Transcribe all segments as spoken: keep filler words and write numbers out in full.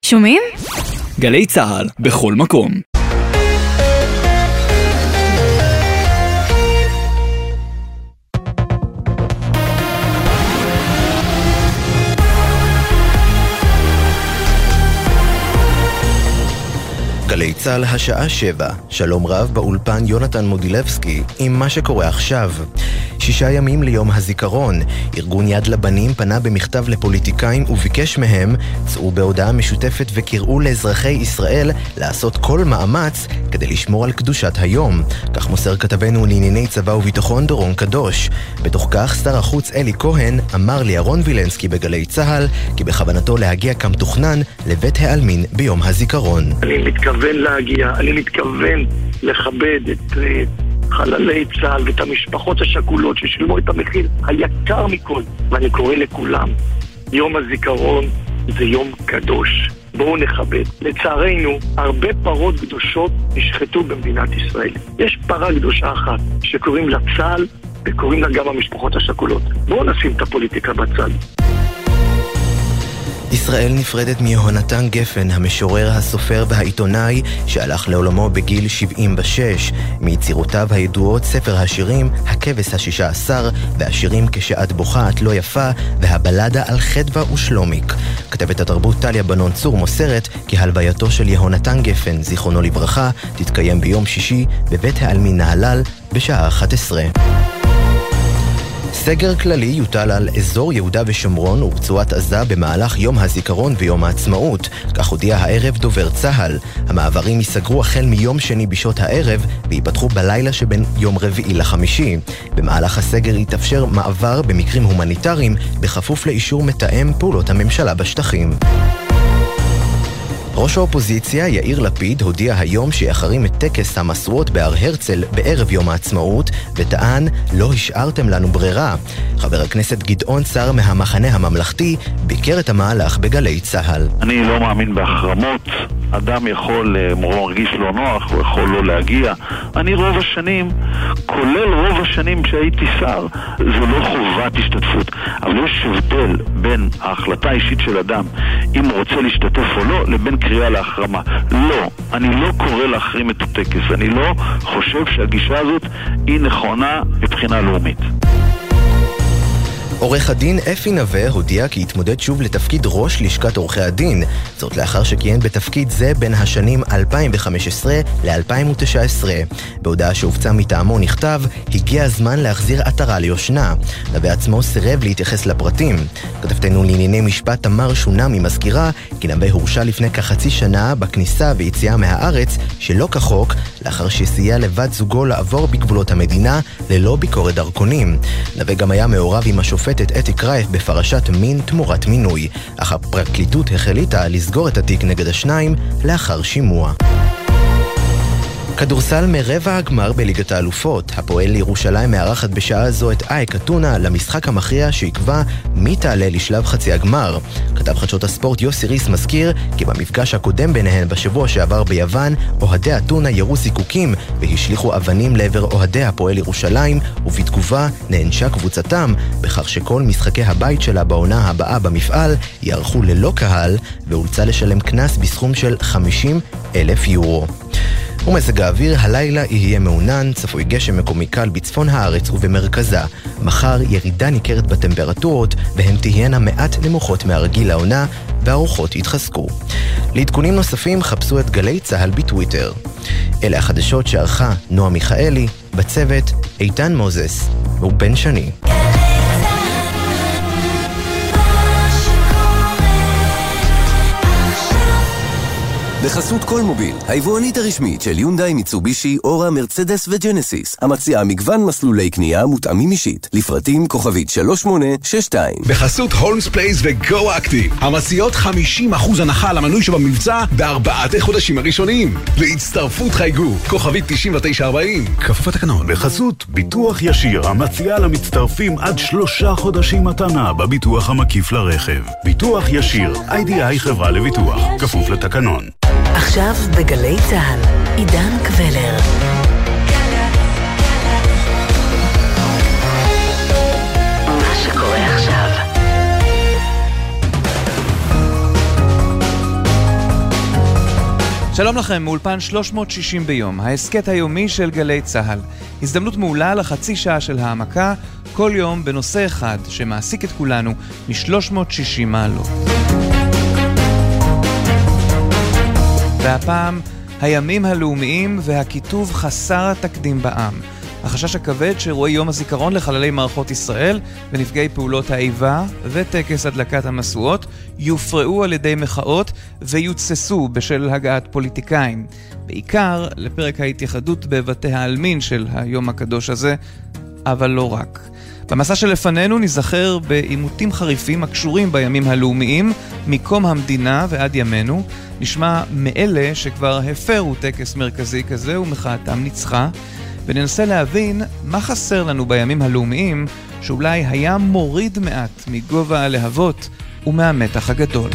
שומעים? גלי צהל, בכל מקום. גלי צהל השעה שבע, שלום רב באולפן יונתן מודילבסקי עם מה שקורה עכשיו. שישה ימים ליום הזיכרון, ארגון יד לבנים פנה במכתב לפוליטיקאים וביקש מהם, צאו בהודעה משותפת וקראו לאזרחי ישראל לעשות כל מאמץ כדי לשמור על קדושת היום. כך מוסר כתבנו לענייני צבא וביטחון דורון קדוש. בתוך כך שר החוץ אלי כהן אמר לירון וילנסקי בגלי צהל כי בכוונתו להגיע כמתוכנן לבית העלמין ביום הזיכרון. אני מתכוון להגיע, אני מתכוון לכבד את חללי צה"ל ואת המשפחות השכולות ששילמו את המחיר היקר מכל, ואני קורא לכולם, יום הזיכרון זה יום קדוש, בואו נכבד. לצערנו הרבה פרות קדושות נשחטו במדינת ישראל. יש פרה קדושה אחת שקוראים לה צה"ל וקוראים לה גם המשפחות השכולות. בואו נשים את הפוליטיקה בצד. ישראל נפרדת מיהונתן גפן, המשורר, הסופר והעיתונאי שהלך לעולמו בגיל שבעים ושש. מיצירותיו הידועות ספר השירים, הכבש השישה עשר, והשירים כשאת בוכה את לא יפה, והבלדה על חדווה ושלומיק. כתבת התרבות טליה בנון צור מוסרת כי הלווייתו של יהונתן גפן, זיכרונו לברכה, תתקיים ביום שישי בבית העלמין נהלל בשעה אחת עשרה. סגר כללי יוטל על אזור יהודה ושומרון ורצועת עזה במהלך יום הזיכרון ויום העצמאות, כך הודיע הערב דובר צה"ל. המעברים ייסגרו החל מיום שני בשעות הערב ויפתחו בלילה שבין יום רביעי לחמישי. במהלך הסגר יתאפשר מעבר במקרים הומניטריים בכפוף לאישור מתאם פעולות הממשלה בשטחים. ראש האופוזיציה יאיר לפיד הודיע היום שיחרים את טקס המסורות בהר הרצל בערב יום העצמאות וטען לא השארתם לנו ברירה. חבר הכנסת גדעון סער מהמחנה הממלכתי ביקר את המהלך בגלי צהל. אני לא מאמין בהחרמות, אדם יכול, מרגיש לא נוח, הוא יכול לא להגיע. אני רוב השנים, כולל רוב השנים שהייתי שר, זו לא חובת השתתפות, אבל יש הבדל בין ההחלטה האישית של אדם אם הוא רוצה להשתתף או לא לבין קריאה להחרמה. לא, אני לא קורא להחרים את הטקס, אני לא חושב שהגישה הזאת היא נכונה מבחינה לאומית. עורך הדין אפי נווה הודיע כי יתמודד שוב לתפקיד ראש לשכת עורכי הדין, זאת לאחר שכיהן בתפקיד זה בין השנים אלפיים וחמש עשרה ל-אלפיים ותשע עשרה. בהודעה שהופצה מטעמו נכתב, הגיע הזמן להחזיר עטרה ליושנה. נווה עצמו סירב להתייחס לפרטים. כתבתנו לענייני משפט תמר שונמי מזכירה כי נווה הורשע לפני כחצי שנה בכניסה ויציאה מהארץ שלא כחוק, לאחר שסייע לבת זוגו לעבור בגבולות המדינה ללא ביקורת דרכונים. נווה גם היה מעורב עם השופט את אתי קרייף בפרשת מין תמורת מינוי, אך הפרקליטות החליטה לסגור את התיק נגד השניים לאחר שימוע. כדורסל מרבע הגמר בליגת האלופות. הפועל לירושלים מארחת בשעה זו את אייק אתונה למשחק המכריע שיקבע מי תעלה לשלב חצי הגמר. כתב חדשות הספורט יוסי ריס מזכיר כי במפגש הקודם ביניהן בשבוע שעבר ביוון, אוהדי אתונה ירו זיקוקים והשליחו אבנים לעבר אוהדי הפועל ירושלים, ובתגובה נענשה קבוצתם בכך שכל משחקי הבית שלה בעונה הבאה במפעל יערכו ללא קהל, ואולצה לשלם קנס בסכום של חמישים אלף יורו. ומזג האוויר, הלילה יהיה מעונן, צפוי גשם מקומי קל בצפון הארץ ובמרכזה. מחר ירידה ניכרת בטמפרטורות, והן תהיינה מעט נמוכות מהרגיל לעונה, והרוחות יתחזקו. לעדכונים נוספים חפשו את גלי צהל בטוויטר. אלה החדשות שערכה נועה מיכאלי, בצוות איתן מוזס ובן שני. בחסות כל מוביל, היבואנית הרשמית של יונדאי, מיצובישי, אורה, מרצדס וג'נסיס, המציעה מגוון מסלולי קנייה מותאמים אישית, לפרטים כוכבית שלוש שמונה שש שתיים. בחסות הולמס פלייס וגו אקטיב, המציעות חמישים אחוז הנחה למנוי שבמבצע בארבעת החודשים הראשונים. להצטרפות חייגו, כוכבית תשעים ותשע ארבעים. כפוף התקנון. בחסות ביטוח ישיר, המציעה למצטרפים עד שלושה חודשים מתנה בביטוח המקיף לרכב. ביטוח ישיר, איי די איי חברה לביטוח, כפוף לתקנון. עכשיו בגלי צהל, עידן קבלר. מה שקורה עכשיו. שלום לכם, מאולפן שלוש מאות שישים ביום, ההסקט היומי של גלי צהל. הזדמנות מעולה לחצי שעה של העמקה, כל יום בנושא אחד שמעסיק את כולנו מ-שלוש מאות שישים מעלות. והפעם, הימים הלאומיים והכיתוב חסר התקדים בעם. החשש הכבד שאירועי יום הזיכרון לחללי מערכות ישראל ונפגעי פעולות האיבה וטקס הדלקת המשואות יופרעו על ידי מחאות ויוצסו בשל הגעת פוליטיקאים. בעיקר לפרק ההתייחדות בבתי העלמין של היום הקדוש הזה, אבל לא רק. במסע שלפנינו נזכר בעימותים חריפים הקשורים בימים הלאומיים מקום המדינה ועד ימינו. נשמע מאלה שכבר הפרו טקס מרכזי כזה ומחאתם ניצחה, וננסה להבין מה חסר לנו בימים הלאומיים שאולי היה מוריד מעט מגובה הלהבות ומהמתח הגדול.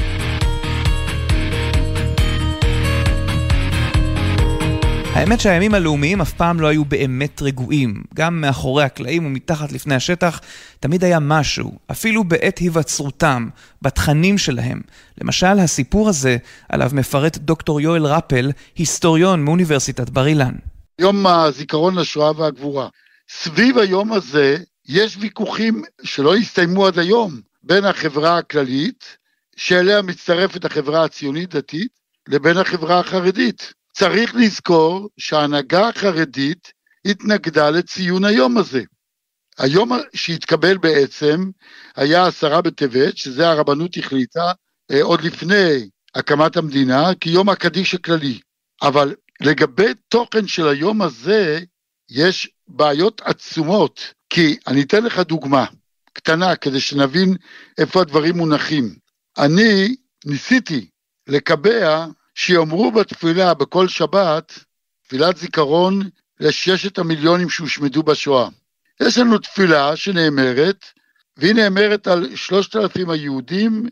האמת שהימים הלאומיים אף פעם לא היו באמת רגועים. גם מאחורי הקלעים ומתחת לפני השטח תמיד היה משהו, אפילו בעת היווצרותם, בתכנים שלהם. למשל, הסיפור הזה עליו מפרט דוקטור יואל רפל, היסטוריון מאוניברסיטת בר אילן. יום הזיכרון לשואה והגבורה. סביב היום הזה יש ויכוחים שלא הסתיימו עד היום בין החברה הכללית, שאליה מצטרפת החברה הציונית דתית, לבין החברה החרדית. צריך לזכור שההנהגה החרדית התנגדה לציון היום הזה. היום שהתקבל בעצם היה עשרה בטבת, שזה הרבנות החליטה אה, עוד לפני הקמת המדינה, כיום הקדיש הכללי. אבל לגבי תוכן של היום הזה, יש בעיות עצומות, כי אני אתן לך דוגמה קטנה, כדי שנבין איפה הדברים מונחים. אני ניסיתי לקבע שיאמרו בתפילה בכל שבת, תפילת זיכרון לששת המיליונים שהושמדו בשואה. יש לנו תפילה שנאמרת, והיא נאמרת על שלושת אלפים היהודים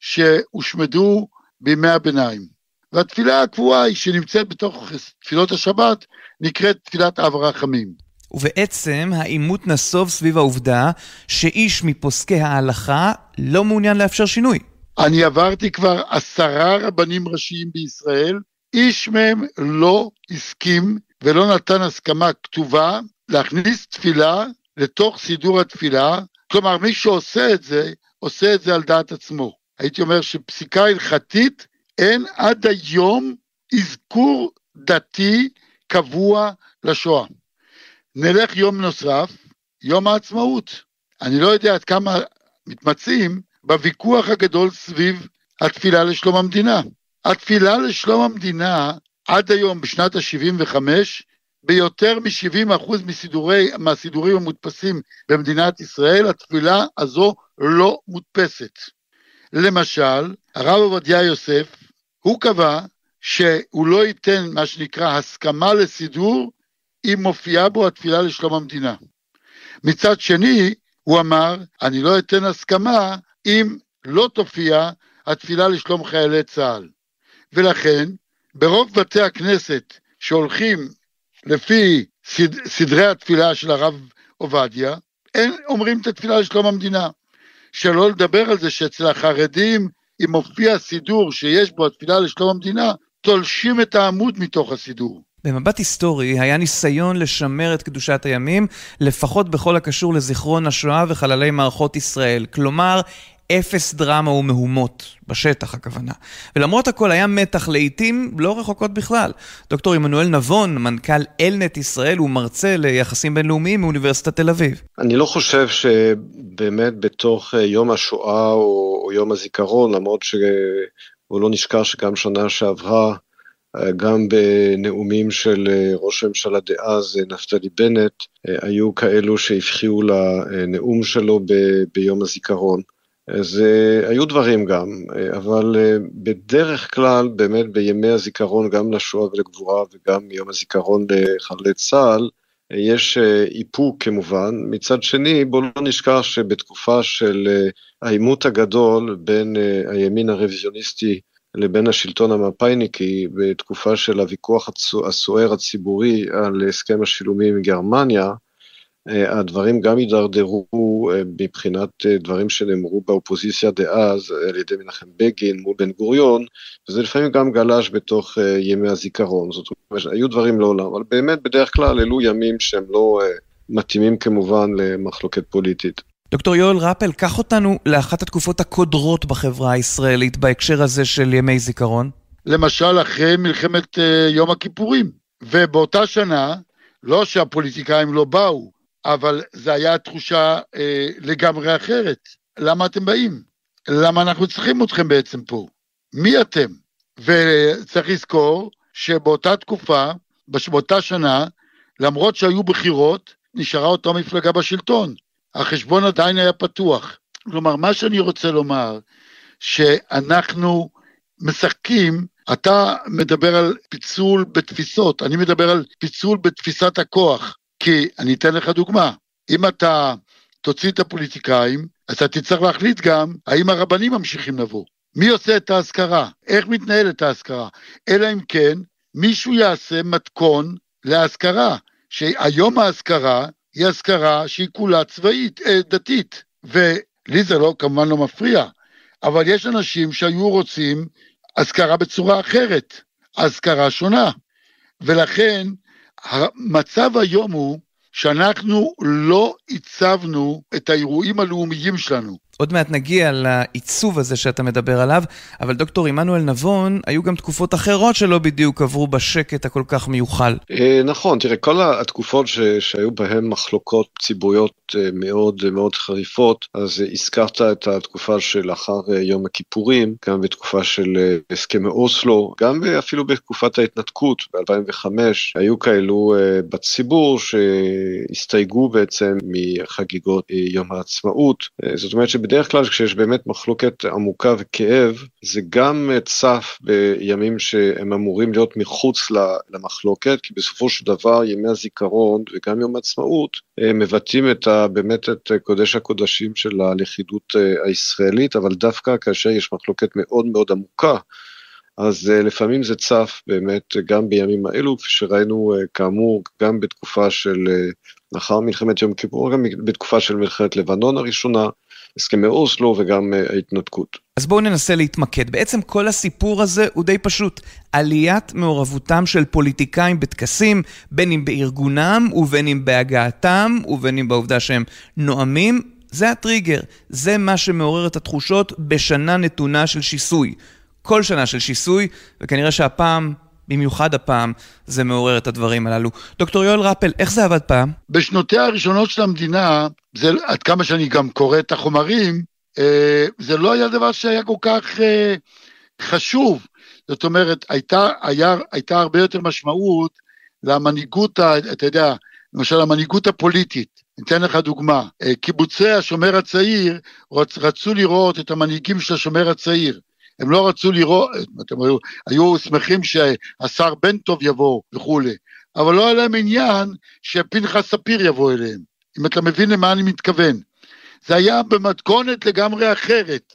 שהושמדו בימי הביניים. והתפילה הקבועה היא שנמצאת בתוך תפילות השבת, נקראת תפילת אב הרחמים. ובעצם העימות נסוב סביב העובדה שאיש מפוסקי ההלכה לא מעוניין לאפשר שינוי. אני עברתי כבר עשרה רבנים ראשיים בישראל, איש מהם לא הסכים ולא נתן הסכמה כתובה להכניס תפילה לתוך סידור התפילה, כלומר מי שעושה את זה, עושה את זה על דעת עצמו. הייתי אומר שפסיקה הלכתית, אין עד היום אזכור דתי קבוע לשואה. נלך יום נוסף, יום העצמאות. אני לא יודע עד כמה מתמצאים בוויכוח הגדול סביב התפילה לשלום המדינה. התפילה לשלום המדינה עד היום בשנת ה-שבעים וחמש, ביותר מ-שבעים אחוז מסידורי, מהסידורים המודפסים במדינת ישראל, התפילה הזו לא מודפסת. למשל, הרב עובדיה יוסף, הוא קבע שהוא לא ייתן מה שנקרא הסכמה לסידור, אם מופיעה בו התפילה לשלום המדינה. מצד שני, הוא אמר, אני לא אתן הסכמה אם לא תופיע התפילה לשלום חיילי צה"ל. ולכן, ברוב בתי הכנסת שהולכים לפי סד, סדרי התפילה של הרב עובדיה, אין אומרים את התפילה לשלום המדינה. שלא לדבר על זה שאצל החרדים, אם מופיע סידור שיש בו התפילה לשלום המדינה, תולשים את העמוד מתוך הסידור. במבט היסטורי היה ניסיון לשמר את קדושת הימים, לפחות בכל הקשור לזיכרון השואה וחללי מערכות ישראל. כלומר, אפס דרמה ומהומות, בשטח הכוונה. ולמרות הכל היה מתח לעתים לא רחוקות בכלל. דוקטור עמנואל נבון, מנכ"ל אלנט ישראל, הוא מרצה ליחסים בינלאומיים מאוניברסיטת תל אביב. אני לא חושב שבאמת בתוך יום השואה או, או יום הזיכרון, למרות שהוא לא נשכח שגם שנה שעברה, גם בנאומים של ראש הממשלה דאז נפתלי בנט, היו כאלו שהפחיעו לנאום שלו ב- ביום הזיכרון. אז היו דברים גם, אבל בדרך כלל באמת בימי הזיכרון גם לשואה ולגבורה וגם יום הזיכרון לחללי צה"ל, יש איפוק כמובן. מצד שני, בואו לא נשכח שבתקופה של העימות הגדול בין הימין הרוויזיוניסטי לבין השלטון המפא"יניקי, בתקופה של הוויכוח הסוער הציבורי על הסכם השילומים עם גרמניה, הדברים גם יידרדרו מבחינת דברים שנאמרו באופוזיציה דאז על ידי מנחם בגין מול בן גוריון, וזה לפעמים גם גלש בתוך ימי הזיכרון. זאת אומרת, היו דברים לעולם, אבל באמת בדרך כלל אלו ימים שהם לא מתאימים כמובן למחלוקת פוליטית. דוקטור יואל רפל, קח אותנו לאחת התקופות הקודרות בחברה הישראלית בהקשר הזה של ימי זיכרון. למשל אחרי מלחמת יום הכיפורים, ובאותה שנה, לא שהפוליטיקאים לא באו, אבל זה היה תחושה אה, לגמרי אחרת. למה אתם באים? למה אנחנו צריכים אתכם בעצם פה? מי אתם? וצריך לזכור שבאותה תקופה, באותה שנה, למרות שהיו בחירות, נשארה אותה מפלגה בשלטון. החשבון עדיין היה פתוח. כלומר, מה שאני רוצה לומר, שאנחנו משחקים, אתה מדבר על פיצול בתפיסות, אני מדבר על פיצול בתפיסת הכוח, כי אני אתן לך דוגמה, אם אתה תוציא את הפוליטיקאים, אז אתה תצטרך להחליט גם, האם הרבנים ממשיכים לבוא, מי עושה את ההזכרה, איך מתנהלת ההזכרה, אלא אם כן, מישהו יעשה מתכון להזכרה, שהיום ההזכרה, היא הזכרה שהיא כולה צבאית, דתית, ולי זה לא, כמובן לא מפריע, אבל יש אנשים שהיו רוצים הזכרה בצורה אחרת, הזכרה שונה, ולכן המצב היום הוא שאנחנו לא הצבנו את האירועים הלאומיים שלנו. עוד מעט נגיע לעיצוב הזה שאתה מדבר עליו, אבל דוקטור עמנואל נבון, היו גם תקופות אחרות שלא בדיוק עברו בשקט הכל כך מיוחל. נכון, תראה, כל התקופות שהיו בהן מחלוקות ציבוריות מאוד מאוד חריפות, אז הזכרת את התקופה שלאחר יום הכיפורים, גם בתקופה של הסכמי אוסלו, גם אפילו בתקופת ההתנתקות ב-אלפיים וחמש, היו כאלו בציבור שהסתייגו בעצם מחגיגות יום העצמאות. זאת אומרת שבדרך כלל כשיש באמת מחלוקת עמוקה וכאב, זה גם צף בימים שהם אמורים להיות מחוץ למחלוקת, כי בסופו של דבר ימי הזיכרון וגם יום העצמאות מבטאים את ה, באמת את קודש הקודשים של הלכידות הישראלית, אבל דווקא כאשר יש מחלוקת מאוד מאוד עמוקה, אז לפעמים זה צף באמת גם בימים האלו, כפי שראינו כאמור גם בתקופה של לאחר מלחמת יום כיפור, גם בתקופה של מלחמת לבנון הראשונה, הסכמי אוסלו וגם ההתנתקות. אז בואו ננסה להתמקד. בעצם כל הסיפור הזה הוא די פשוט. עליית מעורבותם של פוליטיקאים בטקסים, בין אם בארגונם ובין אם בהגעתם ובין אם בעובדה שהם נואמים, זה הטריגר. זה מה שמעורר את התחושות בשנה נתונה של שיסוי. כל שנה של שיסוי, וכנראה שהפעם, במיוחד הפעם, זה מעורר את הדברים הללו. דוקטור יואל רפל, איך זה עבד פעם? בשנותיה הראשונות של המדינה, זה, עד כמה שאני גם קורא את החומרים, אה, זה לא היה דבר שהיה כל כך אה, חשוב. זאת אומרת, הייתה, היה, הייתה הרבה יותר משמעות למנהיגות, אתה יודע, למשל המנהיגות הפוליטית. ניתן לך דוגמה, אה, קיבוצי השומר הצעיר רצ, רצו לראות את המנהיגים של השומר הצעיר. הם לא רצו לראות, היו, היו שמחים שהשר בן טוב יבוא וכו', אבל לא היה להם עניין שפנחס ספיר יבוא אליהם, אם אתה מבין למה אני מתכוון. זה היה במתכונת לגמרי אחרת.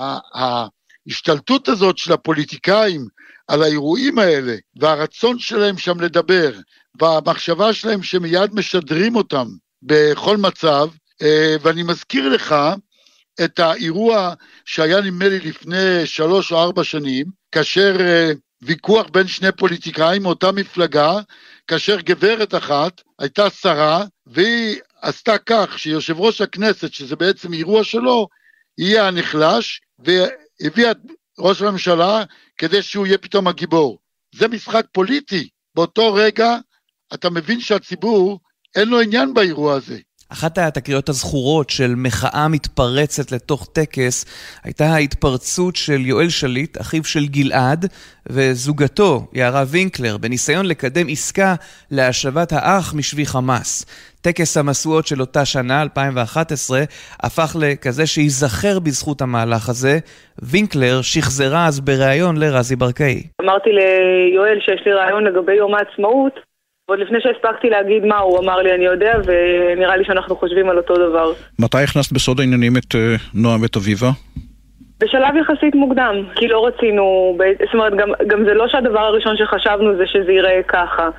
ההשתלטות הזאת של הפוליטיקאים על האירועים האלה, והרצון שלהם שם לדבר, והמחשבה שלהם שמיד משדרים אותם בכל מצב, ואני מזכיר לך, את האירוע שהיה נדמה לי לפני שלוש או ארבע שנים, כאשר uh, ויכוח בין שני פוליטיקאים מאותה מפלגה, כאשר גברת אחת הייתה שרה, והיא עשתה כך שיושב ראש הכנסת, שזה בעצם אירוע שלו, יהיה הנחלש, והביאה ראש הממשלה כדי שהוא יהיה פתאום הגיבור. זה משחק פוליטי. באותו רגע אתה מבין שהציבור אין לו עניין באירוע הזה. אחת התקריות הזכורות של מחאה מתפרצת לתוך טקס, הייתה ההתפרצות של יואל שליט, אחיו של גלעד, וזוגתו, יערה וינקלר, בניסיון לקדם עסקה להשבת האח משבי חמאס. טקס המשואות של אותה שנה, אלפיים ואחת עשרה, הפך לכזה שיזכר בזכות המהלך הזה. וינקלר שחזרה אז בראיון לרזי ברקאי. אמרתי ליואל שיש לי ראיון לגבי יום העצמאות, ועוד לפני שהספקתי להגיד מה, הוא אמר לי אני יודע, ונראה לי שאנחנו חושבים על אותו דבר. מתי הכנסת בסוד העניינים את נועם ואת אביבה? בשלב יחסית מוקדם, כי לא רצינו, זאת אומרת, גם, גם זה לא שהדבר הראשון שחשבנו זה שזה ייראה ככה.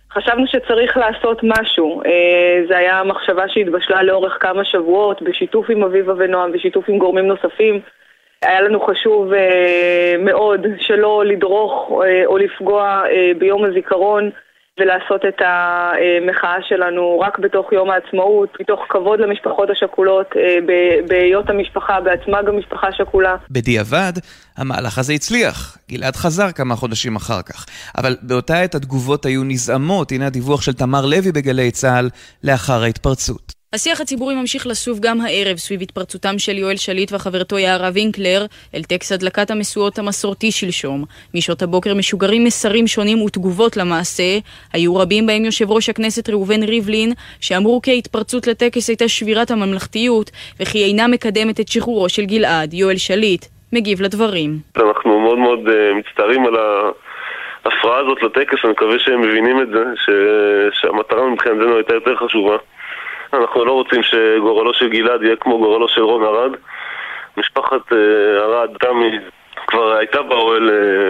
חשבנו שצריך לעשות משהו. זה היה מחשבה שהתבשלה לאורך כמה שבועות, בשיתוף עם אביבה ונועם, בשיתוף עם גורמים נוספים. היה לנו חשוב מאוד שלא לדרוך או לפגוע ביום הזיכרון, ולעשות את המחאה שלנו רק בתוך יום העצמאות, מתוך כבוד למשפחות השכולות, בהיות המשפחה בעצמה גם משפחה שכולה. בדיעבד, המהלך הזה הצליח. גלעד חזר כמה חודשים אחר כך. אבל באותה עת התגובות היו נזעמות. הנה הדיווח של תמר לוי בגלי צהל לאחר ההתפרצות. השיח הציבורי ממשיך לסוף גם הערב סביב התפרצותם של יואל שליט וחברתו יערה וינקלר אל טקס הדלקת המשואות המסורתי שלשום. משעות הבוקר משוגרים מסרים שונים ותגובות למעשה. היו רבים בהם יושב ראש הכנסת ראובן ריבלין, שאמרו כי ההתפרצות לטקס הייתה שבירת הממלכתיות וכי אינה מקדמת את שחרורו של גלעד. יואל שליט מגיב לדברים. אנחנו מאוד מאוד מצטערים על ההפרעה הזאת לטקס. אני מקווה שהם מבינים את זה, שהמטרה מבחינתנו הייתה יותר חשובה. אנחנו לא רוצים שגורלו של גלעד יהיה כמו גורלו של רון ארד. משפחת ארד תמי כבר הייתה באוהל,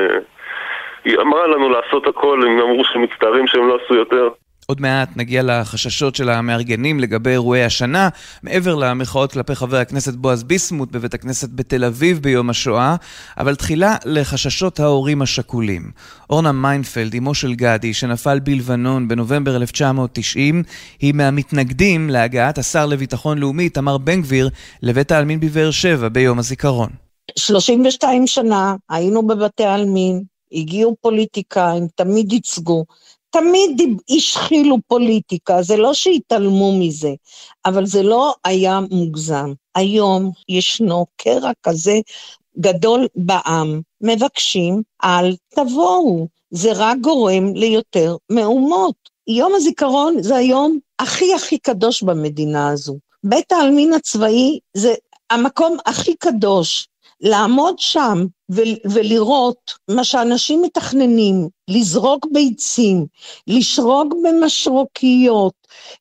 היא אמרה לנו לעשות הכל, הם אמרו שמצטערים שהם לא עשו יותר. עוד מעט נגיע לחששות של המארגנים לגבי אירועי השנה, מעבר למחאות כלפי חבר הכנסת בועז ביסמוט בבית הכנסת בתל אביב ביום השואה, אבל תחילה לחששות ההורים השכולים. אורנה מיינפלד, אמו של גדי, שנפל בלבנון בנובמבר אלף תשע מאות תשעים, היא מהמתנגדים להגעת השר לביטחון לאומי תמר בן גביר לבית העלמין בבאר שבע ביום הזיכרון. שלושים ושתיים שנה היינו בבתי העלמין, הגיעו פוליטיקאים, תמיד ייצגו, תמיד השחילו פוליטיקה, זה לא שהתעלמו מזה, אבל זה לא היה מוגזם. היום ישנו קרע כזה גדול בעם, מבקשים אל תבואו, זה רק גורם ליותר מהומות. יום הזיכרון זה היום הכי הכי קדוש במדינה הזו. בית העלמין הצבאי זה המקום הכי קדוש. לעמוד שם ו- ולראות מה שאנשים מתכננים, לזרוק ביצים, לשרוק במשרוקיות,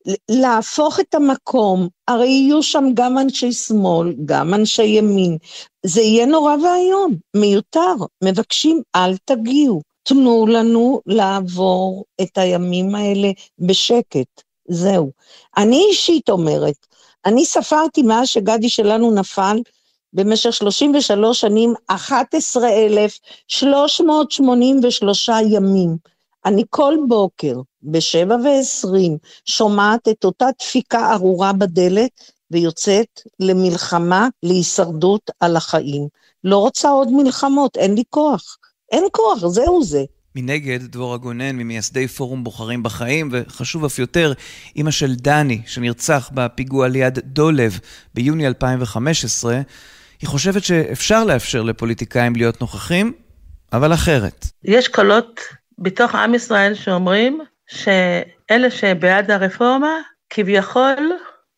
להפוך את המקום, הרי יהיו שם גם אנשי שמאל, גם אנשי ימין, זה יהיה נורא והיום, מיותר, מבקשים אל תגיעו, תנו לנו לעבור את הימים האלה בשקט, זהו. אני אישית אומרת, אני ספרתי מאז שגדי שלנו נפל, במשך שלושים ושלוש שנים, אחת עשרה אלף שלוש מאות שמונים ושלושה ימים. אני כל בוקר, בשבע ועשרים, שומעת את אותה דפיקה ארורה בדלת, ויוצאת למלחמה, להישרדות על החיים. לא רוצה עוד מלחמות, אין לי כוח. אין כוח, זהו זה. מנגד, דבורה גונן, ממייסדי פורום בוחרים בחיים, וחשוב אף יותר, אמא של דני, שנרצח בפיגוע ליד דולב ביוני אלפיים וחמש עשרה, היא חושבת שאפשר לאפשר לפוליטיקאים להיות נוכחים, אבל אחרת. יש קולות בתוך עם ישראל שאומרים שאלה שבעד הרפורמה, כביכול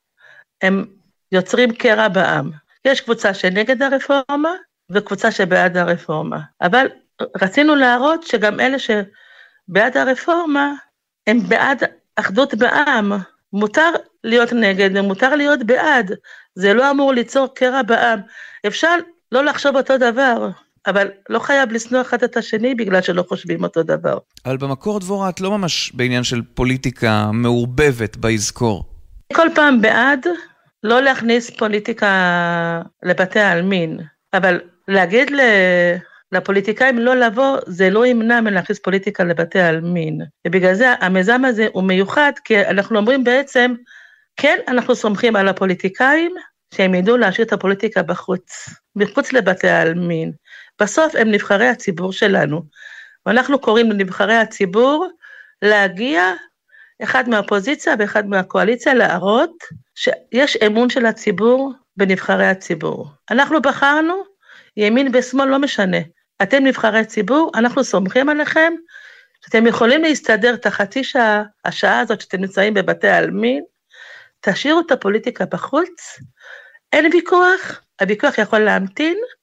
הם יוצרים קרע בעם. יש קבוצה שנגד הרפורמה וקבוצה שבעד הרפורמה. אבל רצינו להראות שגם אלה שבעד הרפורמה הם בעד אחדות בעם. מותר להיות נגד ומותר להיות בעד. זה לא אמור ליצור קרע בעם. אפשר לא לחשוב אותו דבר, אבל לא חייב לסנוע אחד את השני בגלל שלא חושבים אותו דבר. אבל במקור דבורה את לא ממש בעניין של פוליטיקה מעורבבת בהזכור. כל פעם בעד לא להכניס פוליטיקה לבתי העלמין, אבל להגיד לפוליטיקאים לא לבוא, זה לא ימנע מלהכניס פוליטיקה לבתי העלמין. ובגלל זה המיזם הזה הוא מיוחד, כי אנחנו אומרים בעצם, כן, אנחנו סומכים על הפוליטיקאים, שהם ידעו להשאיר את הפוליטיקה בחוץ, מחוץ לבתי העלמין. בסוף הם נבחרי הציבור שלנו, ואנחנו קוראים לנבחרי הציבור להגיע, אחד מהאופוזיציה ואחד מהקואליציה, להראות שיש אמון של הציבור בנבחרי הציבור. אנחנו בחרנו, ימין ושמאל לא משנה, אתם נבחרי ציבור, אנחנו סומכים עליכם, שאתם יכולים להסתדר את החצי שעה, השעה הזאת שאתם נמצאים בבתי העלמין, תשאירו את הפוליטיקה בחוץ, אין ויכוח, הוויכוח יכול להמתין.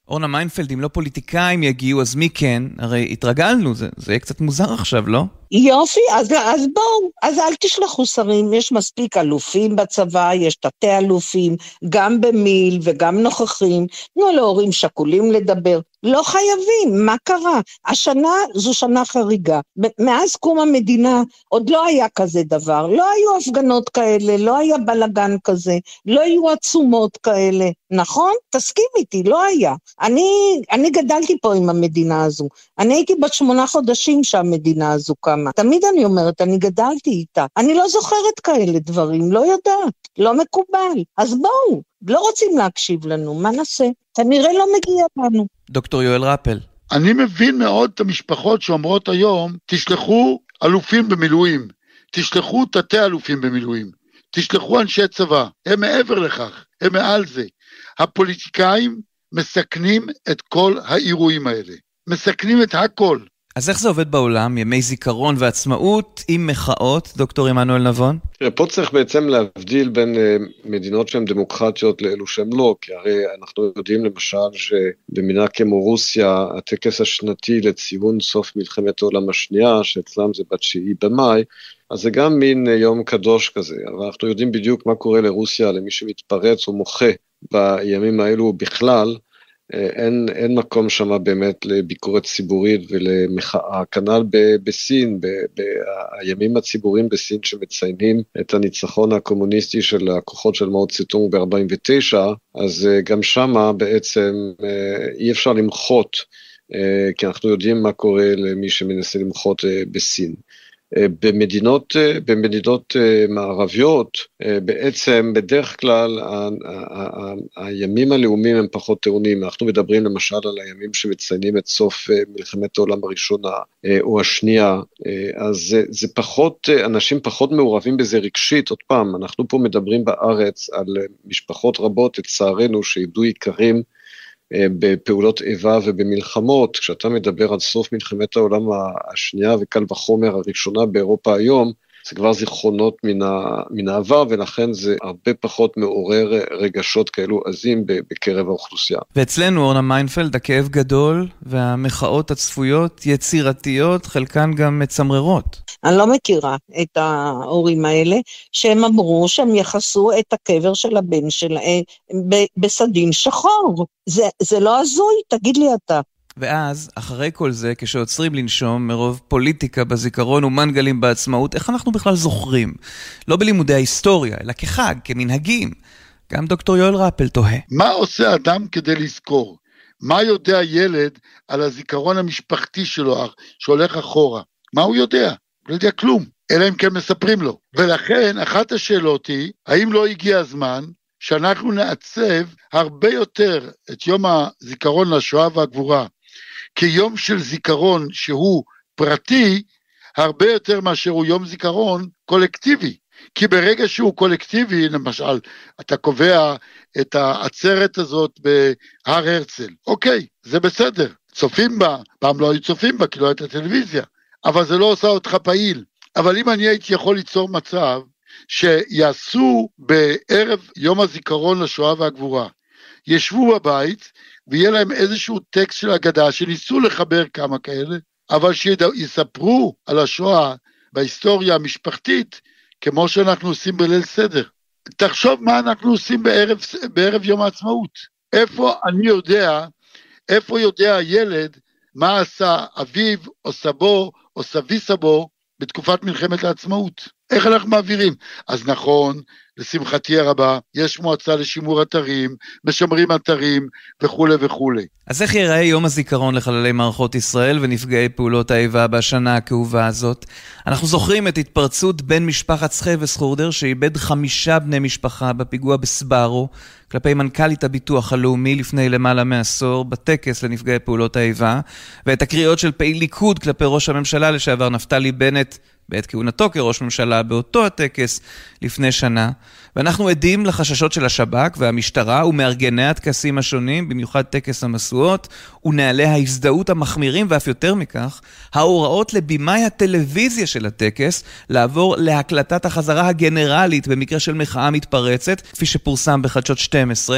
אורנה מיינפלד, אם לא פוליטיקאים יגיעו, אז מי כן? הרי התרגלנו, זה, זה יהיה קצת מוזר עכשיו, לא? יופי, אז, אז בואו, אז אל תשלחו שרים, יש מספיק אלופים בצבא, יש תתי אלופים, גם במיל וגם נוכחים, תנו להורים שכולים לדבר, לא חייבים, מה קרה? השנה זו שנה חריגה, מאז קום המדינה עוד לא היה כזה דבר, לא היו הפגנות כאלה, לא היה בלגן כזה, לא היו עצומות כאלה, נכון? תסכים איתי, לא היה. אני, אני גדלתי פה עם המדינה הזו, אני הייתי בת שמונה חודשים שהמדינה הזו קמה, תמיד אני אומרת, אני גדלתי איתה, אני לא זוכרת כאלה דברים, לא יודעת, לא מקובל, אז בואו, לא רוצים להקשיב לנו, מה נעשה? כנראה לא מגיע לנו. דוקטור יואל רפל. אני מבין מאוד את המשפחות שאומרות היום, תשלחו אלופים במילואים, תשלחו תתי אלופים במילואים, תשלחו אנשי צבא, הם מעבר לכך, הם מעל זה. הפוליטיקאים מסכנים את כל האירועים האלה, מסכנים את הכל. אז איך זה עובד בעולם? ימי זיכרון ועצמאות עם מחאות, דוקטור עמנואל נבון? פה צריך בעצם להבדיל בין מדינות שהן דמוקרטיות לאלו שהן לא, כי הרי אנחנו יודעים למשל שבמדינה כמו רוסיה, הטקס השנתי לציון סוף מלחמת העולם השנייה, שאצלם זה בתשיעי במאי, אז זה גם מין יום קדוש כזה, אבל אנחנו יודעים בדיוק מה קורה לרוסיה, למי שמתפרץ או מוחה בימים האלו בכלל, אין, אין מקום שמה באמת לביקורת ציבורית ולמחאה, כנ"ל בסין, בימים הציבוריים בסין שמציינים את הניצחון הקומוניסטי של הכוחות של מאו צטונג ב-ארבעים ותשע, אז גם שמה בעצם אי אפשר למחות, כי אנחנו יודעים מה קורה למי שמנסה למחות בסין. במדינות, במדינות מערביות, בעצם בדרך כלל הימים הלאומיים הם פחות טעונים, אנחנו מדברים למשל על הימים שמציינים את סוף מלחמת העולם הראשונה או השנייה, אז זה, זה פחות, אנשים פחות מעורבים בזה רגשית, עוד פעם, אנחנו פה מדברים בארץ על משפחות רבות, לצערנו, שאיבדו עיקרים, בפעולות איבה ובמלחמות, כשאתה מדבר על סוף מלחמת העולם השנייה וקל וחומר הראשונה באירופה היום, זה כבר זיכרונות מן, ה, מן העבר, ולכן זה הרבה פחות מעורר רגשות כאלו עזים בקרב האוכלוסייה. ואצלנו, אורנה מיינפלד, הכאב גדול, והמחאות הצפויות יצירתיות, חלקן גם מצמררות. אני לא מכירה את ההורים האלה, שהם אמרו שהם יחסו את הקבר של הבן שלהם בסדין שחור. זה, זה לא הזוי, תגיד לי אתה. ואז, אחרי כל זה, כשעוצרים לנשום מרוב פוליטיקה בזיכרון ומנגלים בעצמאות, איך אנחנו בכלל זוכרים? לא בלימודי ההיסטוריה, אלא כחג, כמנהגים. גם דוקטור יואל רפל תוהה. מה עושה אדם כדי לזכור? מה יודע ילד על הזיכרון המשפחתי שלו, שהולך אחורה? מה הוא יודע? לא יודע כלום, אלא אם כן מספרים לו. ולכן, אחת השאלות היא, האם לא הגיע הזמן שאנחנו נעצב הרבה יותר את יום הזיכרון לשואה והגבורה, כיום של זיכרון שהוא פרטי, הרבה יותר מאשר הוא יום זיכרון קולקטיבי. כי ברגע שהוא קולקטיבי, למשל, אתה קובע את העצרת הזאת בהר הרצל, אוקיי, זה בסדר, צופים בה, פעם לא היו צופים בה, כי לא הייתה טלוויזיה, אבל זה לא עושה אותך פעיל. אבל אם אני הייתי יכול ליצור מצב, שיעשו בערב יום הזיכרון לשואה והגבורה, ישבו בבית, ויהיה להם איזשהו טקסט של אגדה, שניסו לחבר כמה כאלה, אבל שיספרו על השואה בהיסטוריה המשפחתית, כמו שאנחנו עושים בליל סדר. תחשוב מה אנחנו עושים בערב, בערב יום העצמאות. איפה אני יודע, איפה יודע הילד, מה עשה אביו או סבו או סבי סבו, בתקופת מלחמת העצמאות. איך אנחנו מעבירים? אז נכון, לשמחתי הרבה, יש מועצה לשימור אתרים, משמרים אתרים וכו' וכו'. אז איך ייראה יום הזיכרון לחללי מערכות ישראל ונפגעי פעולות האיבה בשנה הכאובה הזאת? אנחנו זוכרים את התפרצות בין משפחת סחי וסחורדר, שאיבד חמישה בני משפחה בפיגוע בסברו, כלפי מנכ"לית הביטוח הלאומי לפני למעלה מעשור, בטקס לנפגעי פעולות האיבה, ואת הקריאות של פעיל ליכוד כלפי ראש הממשלה לשעבר נפתלי בנט, בעת כהונתו כראש ממשלה באותו הטקס לפני שנה, ואנחנו עדים לחששות של השב"כ והמשטרה ומארגני הטקסים השונים, במיוחד טקס המשואות, ונעלי ההזדהות המחמירים, ואף יותר מכך, ההוראות לבימאי הטלוויזיה של הטקס, לעבור להקלטת החזרה הגנרלית במקרה של מחאה מתפרצת, כפי שפורסם בחדשות שתים עשרה,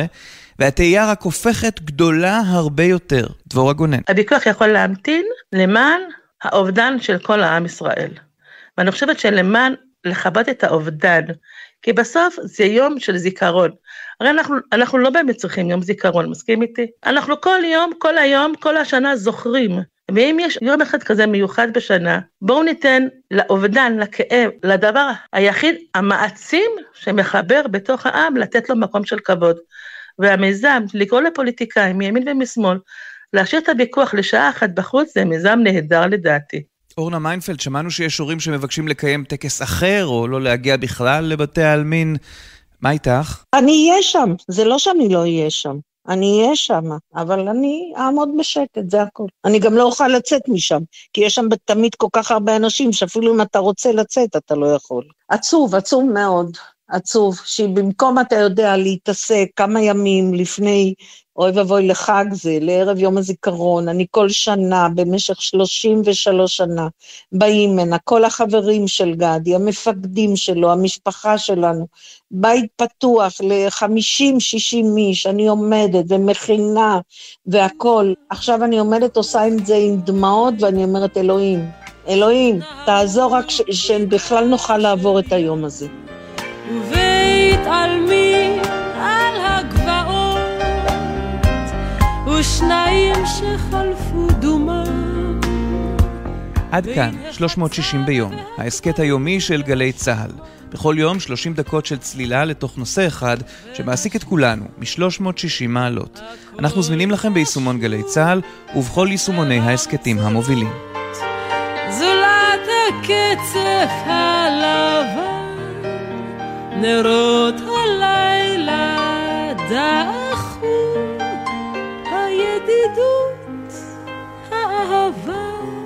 והתהייה רק הופכת גדולה הרבה יותר. דבורה גונן. הוויכוח יכול להמתין למען האובדן של כל העם ישראל. ואני חושבת שלמען לכבד את האובדן, כי בסוף זה יום של זיכרון. הרי אנחנו, אנחנו לא באמת צריכים יום זיכרון, מסכים איתי? אנחנו כל יום, כל היום, כל השנה זוכרים. ואם יש יום אחד כזה מיוחד בשנה, בואו ניתן לאובדן, לכאב, לדבר היחיד, המעצים שמחבר בתוך העם, לתת לו מקום של כבוד. והמיזם, לקרוא לפוליטיקאים מימין ומשמאל, להשאיר את הוויכוח לשעה אחת בחוץ, זה מיזם נהדר לדעתי. אורנה מיינפלד, שמענו שיש הורים שמבקשים לקיים טקס אחר, או לא להגיע בכלל לבתי העלמין. מה איתך? אני אהיה שם, זה לא שאני לא אהיה שם. אני אהיה שם, אבל אני אעמוד בשקט, זה הכל. אני גם לא אוכל לצאת משם, כי יש שם תמיד כל כך הרבה אנשים, שאפילו אם אתה רוצה לצאת, אתה לא יכול. עצוב, עצוב מאוד, עצוב, שבמקום אתה יודע להתעסק כמה ימים לפני, אוי ובוי לחג זה, לערב יום הזיכרון, אני כל שנה, במשך שלושים ושלוש שנה, באים מנה, כל החברים של גדי, המפקדים שלו, המשפחה שלנו, בית פתוח ל-חמישים שישים איש, אני עומדת ומכינה והכל. עכשיו אני עומדת, עושה עם זה עם דמעות, ואני אומרת, אלוהים, אלוהים, תעזור רק ש- שבכלל נוכל לעבור את היום הזה. ובהתעלמי על הגבעות ושניים שחלפו דומה. עד כאן שלוש מאות שישים ביום, ההסקט היומי של גלי צהל. בכל יום שלושים דקות של צלילה לתוך נושא אחד שמעסיק את כולנו מ-שלוש מאות שישים מעלות. אנחנו זמינים לכם ביישומון גלי צהל ובכל יישומוני ההסקטים המובילים. זולת הקצף הלבן, נרות הלילה דחו, הידידות, האהבה.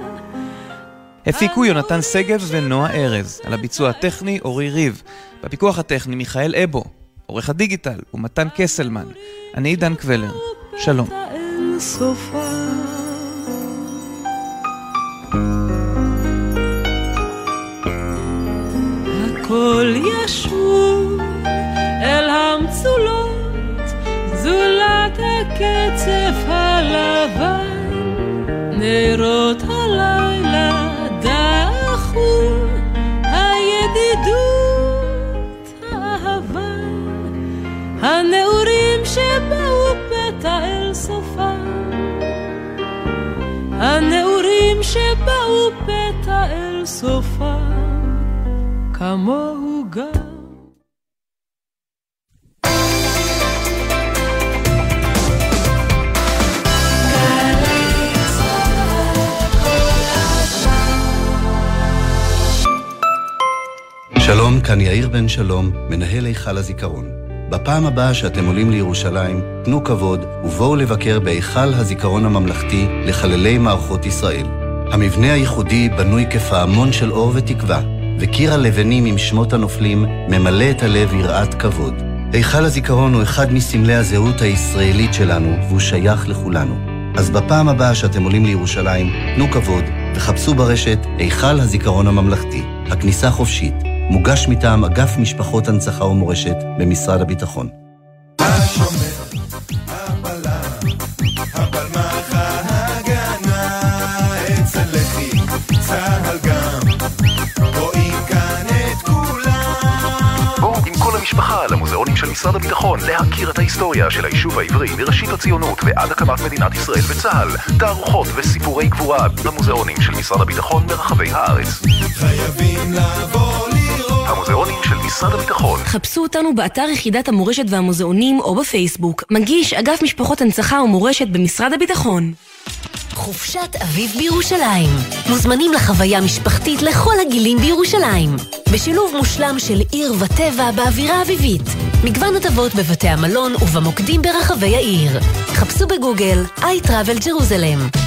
הפיקו יונתן סגב ונועה ארז, על הביצוע הטכני אורי ריב, בפיקוח הטכני מיכאל אבו, עורך הדיגיטל ומתן קסלמן. אני עידן קבלר, שלום. הכל ישוב אל המצולות, זולת הקצף הלבן, נרות הלילה דחו, הידידות, האהבה, הנעורים שבאו פתע אל סופם, הנעורים שבאו פתע אל סופם, כמוהו גם. שלום, כאן יאיר בן שלום, מנהל היכל הזיכרון. בפעם הבאה שאתם עולים לירושלים, תנו כבוד ובואו לבקר בהיכל הזיכרון הממלכתי לחללי מערכות ישראל. המבנה הייחודי בנוי כפעמון של אור ותקווה, וקיר הלבנים עם שמות הנופלים ממלא את הלב יראת כבוד. היכל הזיכרון הוא אחד מסמלי הזהות הישראלית שלנו, והוא שייך לכולנו. אז בפעם הבאה שאתם עולים לירושלים, תנו כבוד וחפשו ברשת היכל הזיכרון הממלכתי. הכניסה חופשית. מוגש מטעם אגף משפחות הנצחה ומורשת במשרד הביטחון. השומר, הבלם, הבלמח ההגנה, אצל לחי, צהל גם, רואים כאן את כולם. בואו עם כל המשפחה למוזיאונים של משרד הביטחון להכיר את ההיסטוריה של היישוב העברי מראשית הציונות ועד הקמת מדינת ישראל וצה"ל. תערוכות וסיפורי גבורה במוזיאונים של משרד הביטחון ברחבי הארץ. חייבים לעבור לי המוזיאונים של משרד הביטחון. חפשו אותנו באתר יחידת המורשת והמוזיאונים או בפייסבוק. מגיש אגף משפחות הנצחה ומורשת במשרד הביטחון. חופשת אביב בירושלים. מוזמנים לחוויה משפחתית לכל הגילים בירושלים. בשילוב מושלם של עיר וטבע באווירה אביבית. מגוון הטבות בבתי המלון ובמוקדים ברחבי העיר. חפשו בגוגל I Travel Jerusalem.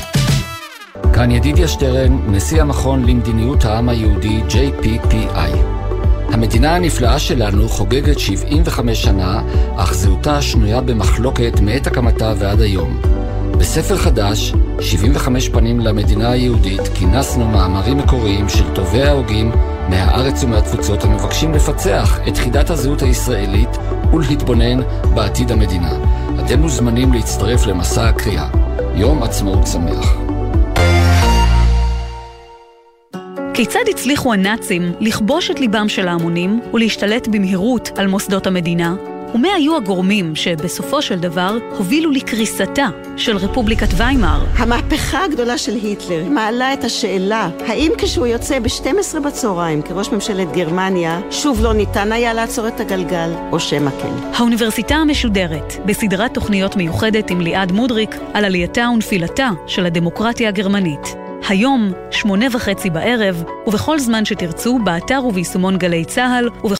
כאן ידידיה שטרן, נשיא המכון למדיניות העם היהודי ג'יי פי פי איי. המדינה הנפלאה שלנו חוגגת שבעים וחמש שנה, אך זהותה שנויה במחלוקת מעת הקמתה ועד היום. בספר חדש, שבעים וחמש פנים למדינה היהודית, כינסנו מאמרים מקוריים של טובי ההוגים מהארץ ומהתפוצות המבקשים לפצח את חידת הזהות הישראלית ולהתבונן בעתיד המדינה. אתם מוזמנים להצטרף למסע הקריאה. יום עצמאות שמח. כיצד הצליחו הנאצים לכבוש את ליבם של ההמונים ולהשתלט במהירות על מוסדות המדינה? ומה היו הגורמים שבסופו של דבר הובילו לקריסתה של רפובליקת ויימאר? המהפכה הגדולה של היטלר מעלה את השאלה, האם כשהוא יוצא ב-שתים עשרה בצהריים כראש ממשלת גרמניה, שוב לא ניתן היה לעצור את הגלגל, או שמה כן? האוניברסיטה המשודרת, בסדרת תוכניות מיוחדת עם ליעד מודריק, על עלייתה ונפילתה של הדמוקרטיה הגרמנית. היום, שמונה וחצי בערב, ובכל זמן שתרצו, באתר וביישומון גלי צהל,